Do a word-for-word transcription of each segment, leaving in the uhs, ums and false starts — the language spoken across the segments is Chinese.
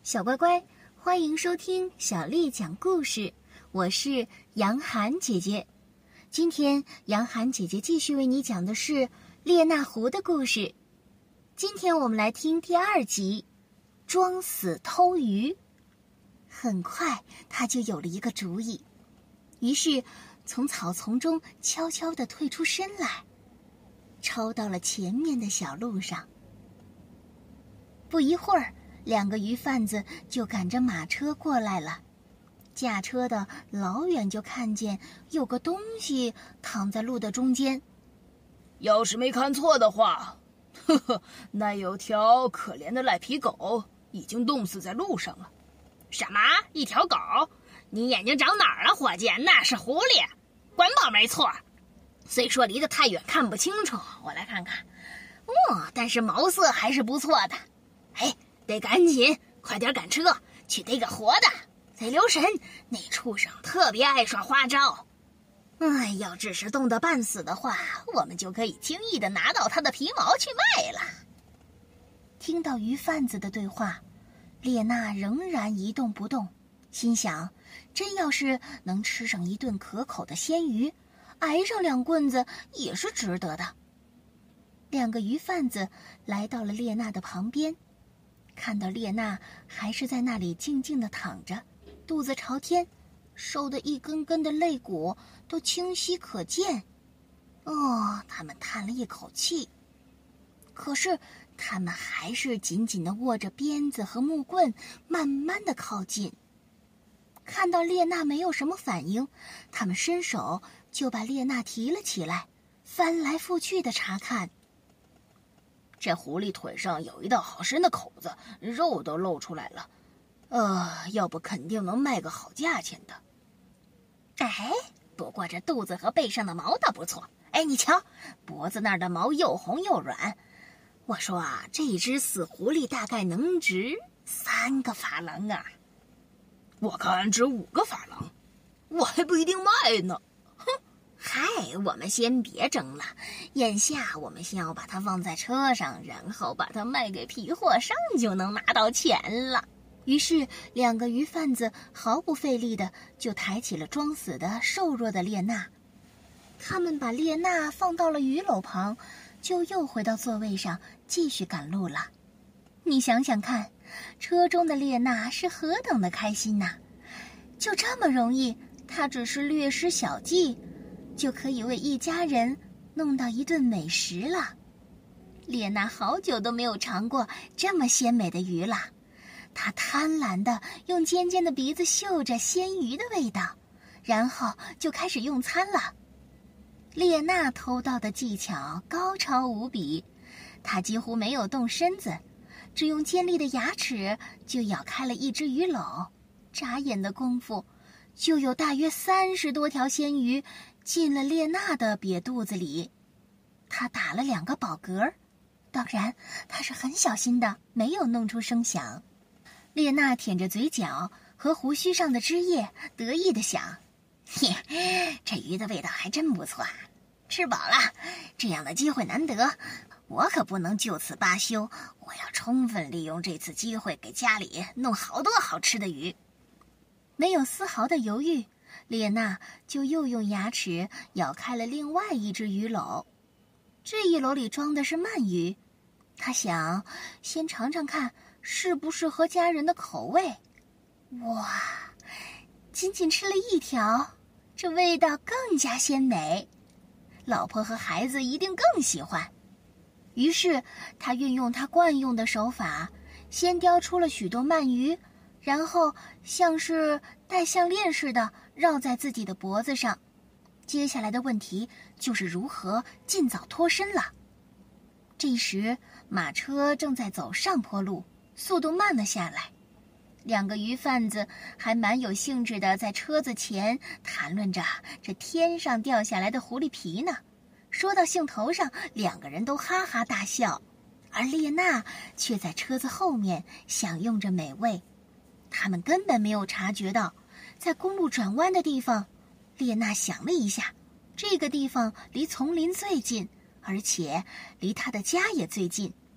小乖乖，欢迎收听小丽讲故事，我是杨涵姐姐。今天杨涵姐姐继续为你讲的是列那狐的故事。今天我们来听第二集，装死偷鱼。很快他就有了一个主意，于是从草丛中悄悄地退出身来，抄到了前面的小路上。不一会儿，两个鱼贩子就赶着马车过来了。驾车的老远就看见有个东西躺在路的中间。 要是没看错的话，呵呵，那有条可怜的赖皮狗已经冻死在路上了。 什么？一条狗？你眼睛长哪儿了，伙计？那是狐狸，管保没错。虽说离得太远看不清楚，我来看看。哦，但是毛色还是不错的。哎，得赶紧快点赶车去逮个活的。得留神，那畜生特别爱耍花招。哎，要只是冻得半死的话，我们就可以轻易的拿到它的皮毛去卖了。 听到鱼贩子的对话，列那仍然一动不动，心想，真要是能吃上一顿可口的鲜鱼，挨上两棍子也是值得的。两个鱼贩子来到了列那的旁边，看到列那还是在那里静静地躺着，肚子朝天，瘦得一根根的肋骨都清晰可见。哦，他们叹了一口气，可是他们还是紧紧地握着鞭子和木棍，慢慢地靠近。看到列那没有什么反应，他们伸手就把列那提了起来，翻来覆去地查看。 这狐狸腿上有一道好深的口子，肉都露出来了。呃，要不肯定能卖个好价钱的。 哎，不过这肚子和背上的毛倒不错。哎，你瞧，脖子那儿的毛又红又软。我说啊，这只死狐狸大概能值三个法郎啊。 我看值五个法郎，我还不一定卖呢。 哼，嗨，我们先别争了，眼下我们先要把它放在车上，然后把它卖给皮货商，就能拿到钱了。 于是两个鱼贩子毫不费力地就抬起了装死的瘦弱的列那。他们把列那放到了鱼篓旁，就又回到座位上继续赶路了。你想想看，车中的列那是何等的开心呐！就这么容易，他只是略施小计，就可以为一家人弄到一顿美食了。列那好久都没有尝过这么鲜美的鱼了。他贪婪地用尖尖的鼻子嗅着鲜鱼的味道，然后就开始用餐了。列那偷盗的技巧高超无比，他几乎没有动身子，只用尖利的牙齿就咬开了一只鱼篓，眨眼的功夫，就有大约三十多条鲜鱼进了列那的瘪肚子里。他打了两个饱嗝，当然他是很小心的，没有弄出声响。列那舔着嘴角和胡须上的汁液，得意地想， 嘿，这鱼的味道还真不错，吃饱了，这样的机会难得，我可不能就此罢休，我要充分利用这次机会给家里弄好多好吃的鱼。 没有丝毫的犹豫，列那就又用牙齿咬开了另外一只鱼篓。这一篓里装的是鳗鱼，他想先尝尝看是不是合家人的口味。哇，仅仅吃了一条，这味道更加鲜美，老婆和孩子一定更喜欢。于是他运用他惯用的手法，先叼出了许多鳗鱼，然后像是戴项链似的绕在自己的脖子上。接下来的问题就是如何尽早脱身了。这时马车正在走上坡路，速度慢了下来。两个鱼贩子还蛮有兴致地在车子前谈论着这天上掉下来的狐狸皮呢。说到兴头上，两个人都哈哈大笑，而列那却在车子后面享用着美味。他们根本没有察觉到，在公路转弯的地方，列那想了一下，这个地方离丛林最近，而且离他的家也最近。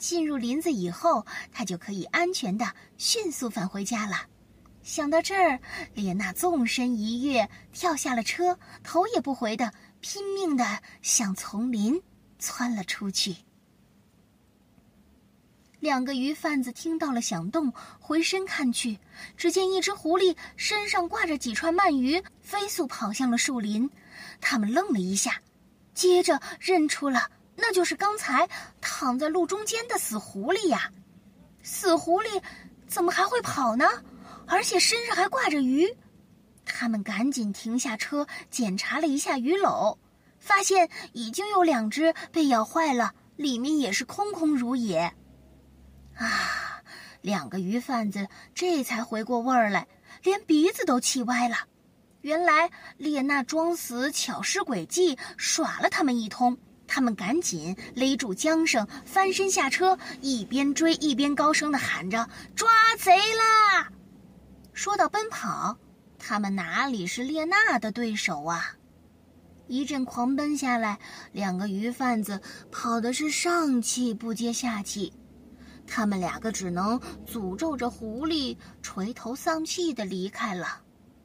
进入林子以后，他就可以安全地迅速返回家了。想到这儿，列娜纵身一跃，跳下了车，头也不回地拼命地向丛林窜了出去。两个鱼贩子听到了响动，回身看去，只见一只狐狸身上挂着几串鳗鱼，飞速跑向了树林。他们愣了一下，接着认出了那就是刚才躺在路中间的死狐狸呀！死狐狸怎么还会跑呢？而且身上还挂着鱼。他们赶紧停下车，检查了一下鱼篓，发现已经有两只被咬坏了，里面也是空空如也。啊，两个鱼贩子这才回过味儿来，连鼻子都气歪了。原来列娜装死巧施诡计，耍了他们一通。他们赶紧勒住缰绳，翻身下车，一边追一边高声地喊着：“抓贼啦！”说到奔跑，他们哪里是列娜的对手啊？一阵狂奔下来，两个鱼贩子跑的是上气不接下气。他们两个只能诅咒着狐狸，垂头丧气地离开了。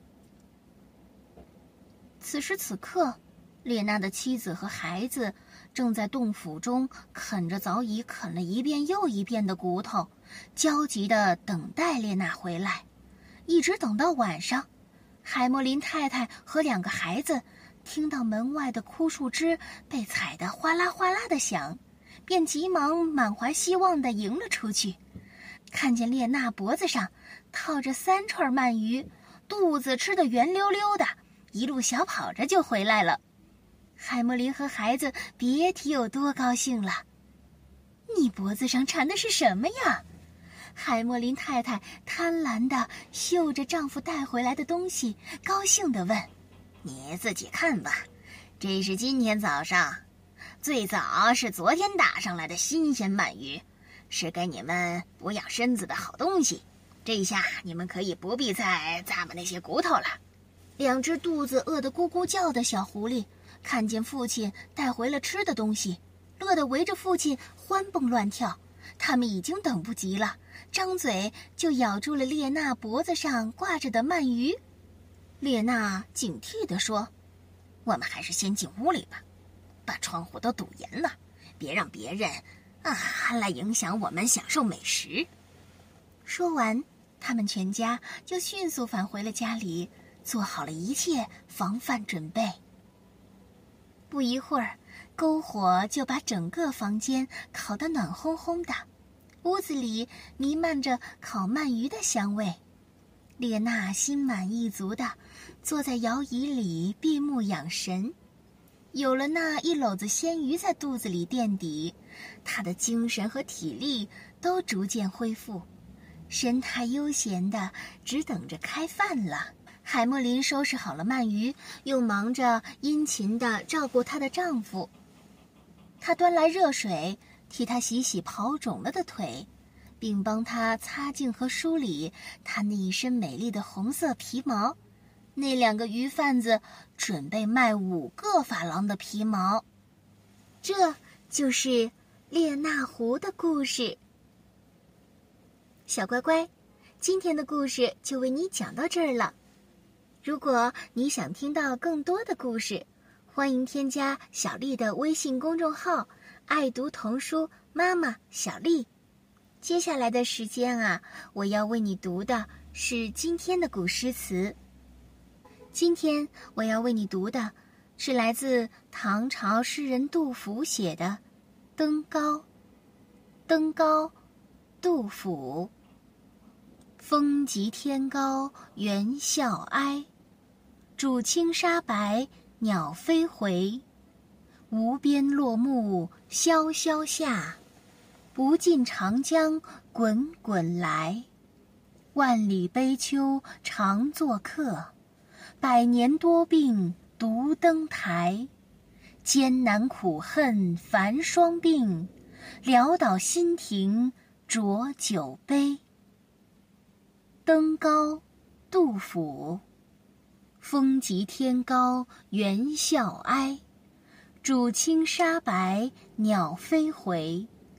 此时此刻，列娜的妻子和孩子正在洞府中啃着早已啃了一遍又一遍的骨头，焦急地等待列娜回来。一直等到晚上，海默林太太和两个孩子听到门外的枯树枝被踩得哗啦哗啦的响，便急忙满怀希望地迎了出去。看见列娜脖子上套着三串鳗鱼，肚子吃得圆溜溜的，一路小跑着就回来了。海默林和孩子别提有多高兴了。你脖子上缠的是什么呀？海默林太太贪婪地嗅着丈夫带回来的东西，高兴地问：“ 你自己看吧，这是今天早上，最早是昨天打上来的新鲜鳗鱼，是给你们补养身子的好东西。这下你们可以不必再咂摸那些骨头了。” 两只肚子饿得咕咕叫的小狐狸看见父亲带回了吃的东西，乐得围着父亲欢蹦乱跳。他们已经等不及了，张嘴就咬住了列娜脖子上挂着的鳗鱼。列娜警惕地说：“ 我们还是先进屋里吧，把窗户都堵严了，别让别人啊来影响我们享受美食。” 说完，他们全家就迅速返回了家里，做好了一切防范准备。不一会儿，篝火就把整个房间烤得暖烘烘的，屋子里弥漫着烤鳗鱼的香味。列娜心满意足地坐在摇椅里闭目养神，有了那一篓子鲜鱼在肚子里垫底，她的精神和体力都逐渐恢复，神态悠闲的只等着开饭了。海默林收拾好了鳗鱼，又忙着殷勤地照顾她的丈夫。她端来热水，替他洗洗跑肿了的腿，并帮他擦净和梳理他那一身美丽的红色皮毛。那两个鱼贩子准备卖五个法郎的皮毛。这就是列那湖的故事。小乖乖，今天的故事就为你讲到这儿了。如果你想听到更多的故事，欢迎添加小丽的微信公众号爱读童书妈妈小丽。接下来的时间啊，我要为你读的是今天的古诗词。今天我要为你读的是来自唐朝诗人杜甫写的《登高》。登高，杜甫。风急天高猿啸哀，渚清沙白鸟飞回。无边落木萧萧下，不尽长江滚滚来。万里悲秋常作客，百年多病独登台。艰难苦恨繁霜鬓，潦倒新停浊酒杯。登高，杜甫。风急天高猿啸哀，渚清沙白鸟飞回。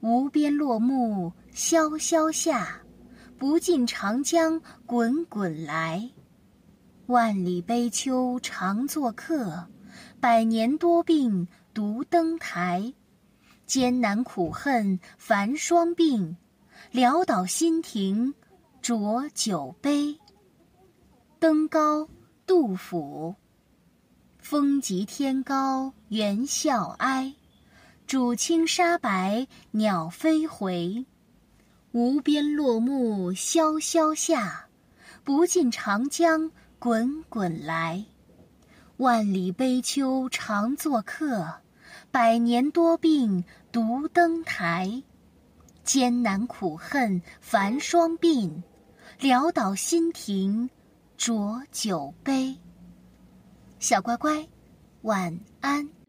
无边落木萧萧下，不尽长江滚滚来。万里悲秋常作客，百年多病独登台。艰难苦恨繁霜鬓，潦倒新停浊酒杯。登高，杜甫。风急天高猿啸哀，渚清沙白鸟飞回。无边落木萧萧下，不尽长江滚滚来。万里悲秋常作客，百年多病独登台。艰难苦恨繁霜鬓，潦倒新停浊酒杯。小乖乖，晚安。